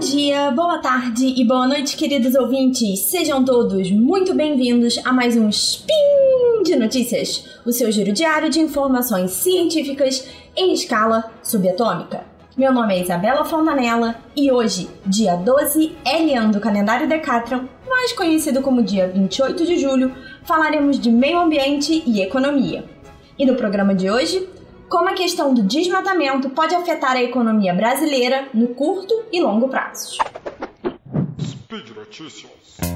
dia, boa tarde e boa noite, queridos ouvintes. Sejam todos muito bem-vindos a mais um Spin de Notícias, o seu giro diário de informações científicas em escala subatômica. Meu nome é Isabela Fontanella e hoje, dia 12 Elian do calendário Decathlon, mais conhecido como dia 28 de julho, falaremos de meio ambiente e economia. E no programa de hoje, como a questão do desmatamento pode afetar a economia brasileira no curto e longo prazos. Speed Notícias.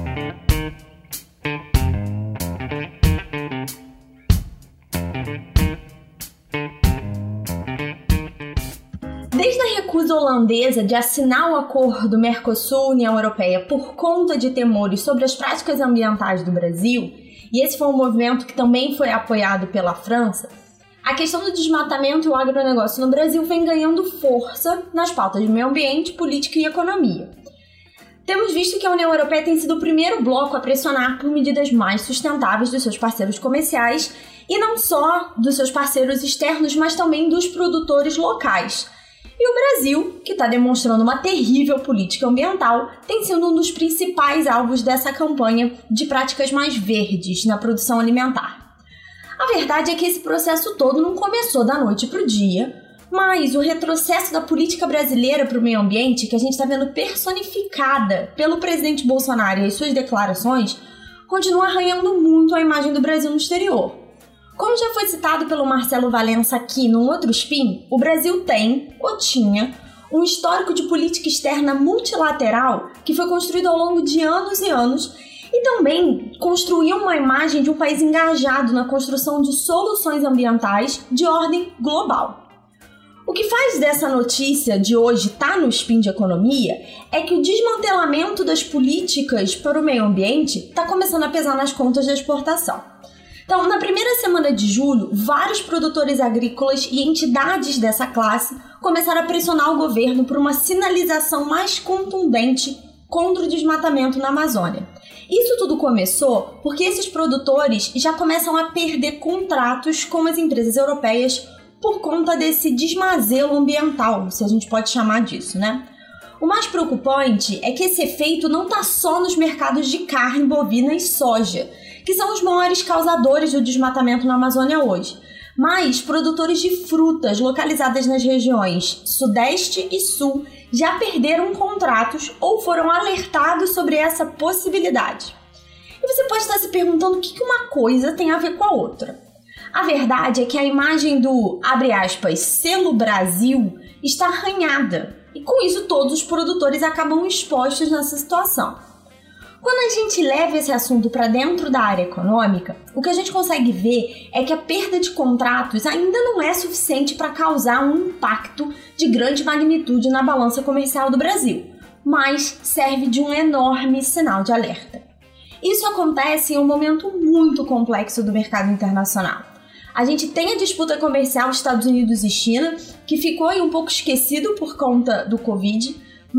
Desde a recusa holandesa de assinar o acordo Mercosul-União Europeia por conta de temores sobre as práticas ambientais do Brasil, e esse foi um movimento que também foi apoiado pela França, a questão do desmatamento e o agronegócio no Brasil vem ganhando força nas pautas de meio ambiente, política e economia. Temos visto que a União Europeia tem sido o primeiro bloco a pressionar por medidas mais sustentáveis dos seus parceiros comerciais e não só dos seus parceiros externos, mas também dos produtores locais. E o Brasil, que está demonstrando uma terrível política ambiental, tem sido um dos principais alvos dessa campanha de práticas mais verdes na produção alimentar. A verdade é que esse processo todo não começou da noite para o dia, mas o retrocesso da política brasileira para o meio ambiente, que a gente está vendo personificada pelo presidente Bolsonaro e as suas declarações, continua arranhando muito a imagem do Brasil no exterior. Como já foi citado pelo Marcelo Valença aqui num outro spin, o Brasil tem, ou tinha, um histórico de política externa multilateral que foi construído ao longo de anos e anos e também construiu uma imagem de um país engajado na construção de soluções ambientais de ordem global. O que faz dessa notícia de hoje estar no Spin de Economia é que o desmantelamento das políticas para o meio ambiente está começando a pesar nas contas da exportação. Então, na primeira semana de julho, vários produtores agrícolas e entidades dessa classe começaram a pressionar o governo por uma sinalização mais contundente contra o desmatamento na Amazônia. Isso tudo começou porque esses produtores já começam a perder contratos com as empresas europeias por conta desse desmazelo ambiental, se a gente pode chamar disso, né? O mais preocupante é que esse efeito não está só nos mercados de carne bovina e soja, que são os maiores causadores do desmatamento na Amazônia hoje, mas produtores de frutas localizadas nas regiões Sudeste e Sul já perderam contratos ou foram alertados sobre essa possibilidade. E você pode estar se perguntando o que uma coisa tem a ver com a outra. A verdade é que a imagem do, abre aspas, selo Brasil está arranhada e com isso todos os produtores acabam expostos nessa situação. Quando a gente leva esse assunto para dentro da área econômica, o que a gente consegue ver é que a perda de contratos ainda não é suficiente para causar um impacto de grande magnitude na balança comercial do Brasil, mas serve de um enorme sinal de alerta. Isso acontece em um momento muito complexo do mercado internacional. A gente tem a disputa comercial Estados Unidos e China, que ficou aí um pouco esquecido por conta do Covid,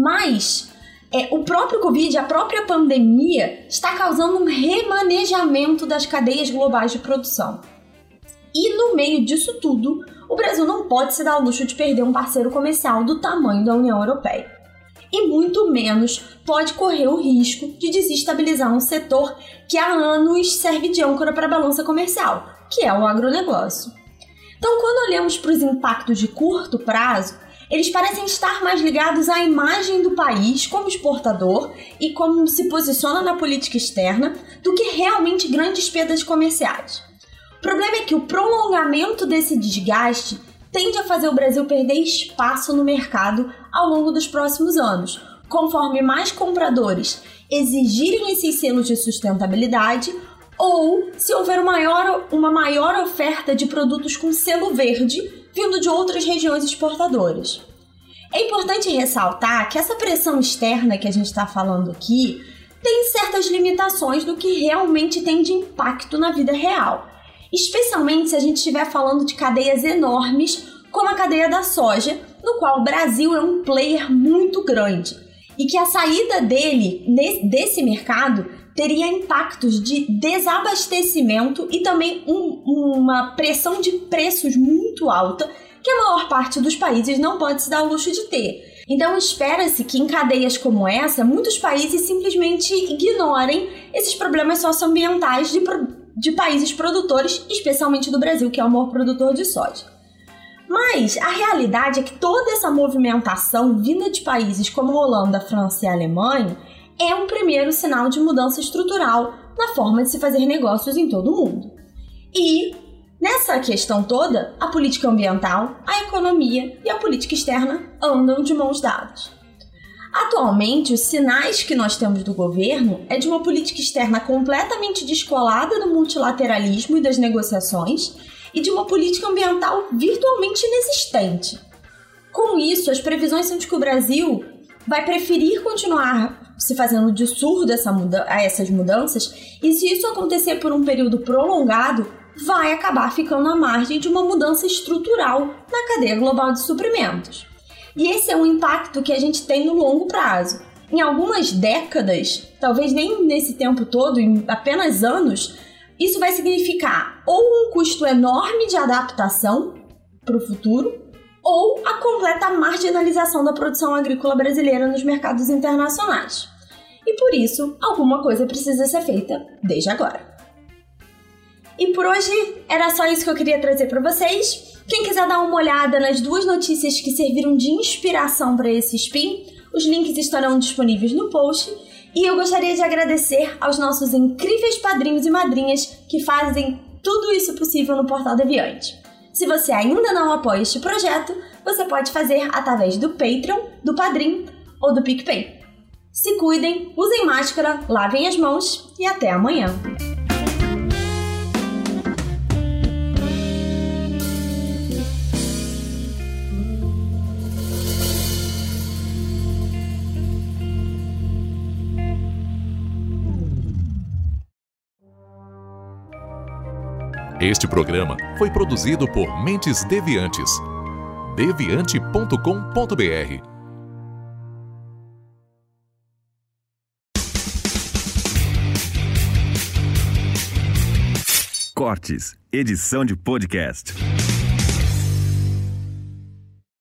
mas o próprio Covid, a própria pandemia, está causando um remanejamento das cadeias globais de produção. E no meio disso tudo, o Brasil não pode se dar ao luxo de perder um parceiro comercial do tamanho da União Europeia. E muito menos pode correr o risco de desestabilizar um setor que há anos serve de âncora para a balança comercial, que é o agronegócio. Então, quando olhamos para os impactos de curto prazo, eles parecem estar mais ligados à imagem do país como exportador e como se posiciona na política externa do que realmente grandes perdas comerciais. O problema é que o prolongamento desse desgaste tende a fazer o Brasil perder espaço no mercado ao longo dos próximos anos, conforme mais compradores exigirem esses selos de sustentabilidade ou se houver uma maior oferta de produtos com selo verde vindo de outras regiões exportadoras. É importante ressaltar que essa pressão externa que a gente está falando aqui tem certas limitações do que realmente tem de impacto na vida real, especialmente se a gente estiver falando de cadeias enormes como a cadeia da soja, no qual o Brasil é um player muito grande e que a saída desse mercado teria impactos de desabastecimento e também uma pressão de preços muito alta que a maior parte dos países não pode se dar o luxo de ter. Então espera-se que em cadeias como essa, muitos países simplesmente ignorem esses problemas socioambientais de países produtores, especialmente do Brasil, que é o maior produtor de soja. Mas a realidade é que toda essa movimentação vinda de países como Holanda, França e Alemanha é um primeiro sinal de mudança estrutural na forma de se fazer negócios em todo o mundo. E nessa questão toda, a política ambiental, a economia e a política externa andam de mãos dadas. Atualmente, os sinais que nós temos do governo é de uma política externa completamente descolada do multilateralismo e das negociações e de uma política ambiental virtualmente inexistente. Com isso, as previsões são de que o Brasil vai preferir continuar se fazendo de surdo a essas mudanças e, se isso acontecer por um período prolongado, vai acabar ficando à margem de uma mudança estrutural na cadeia global de suprimentos. E esse é um impacto que a gente tem no longo prazo. Em algumas décadas, talvez nem nesse tempo todo, em apenas anos, isso vai significar ou um custo enorme de adaptação para o futuro, ou a completa marginalização da produção agrícola brasileira nos mercados internacionais. E por isso, alguma coisa precisa ser feita desde agora. E por hoje era só isso que eu queria trazer para vocês. Quem quiser dar uma olhada nas duas notícias que serviram de inspiração para esse spin, os links estarão disponíveis no post. E eu gostaria de agradecer aos nossos incríveis padrinhos e madrinhas que fazem tudo isso possível no Portal Deviante. Se você ainda não apoia este projeto, você pode fazer através do Patreon, do Padrim ou do PicPay. Se cuidem, usem máscara, lavem as mãos e até amanhã! Este programa foi produzido por Mentes Deviantes. deviante.com.br. Cortes, edição de podcast.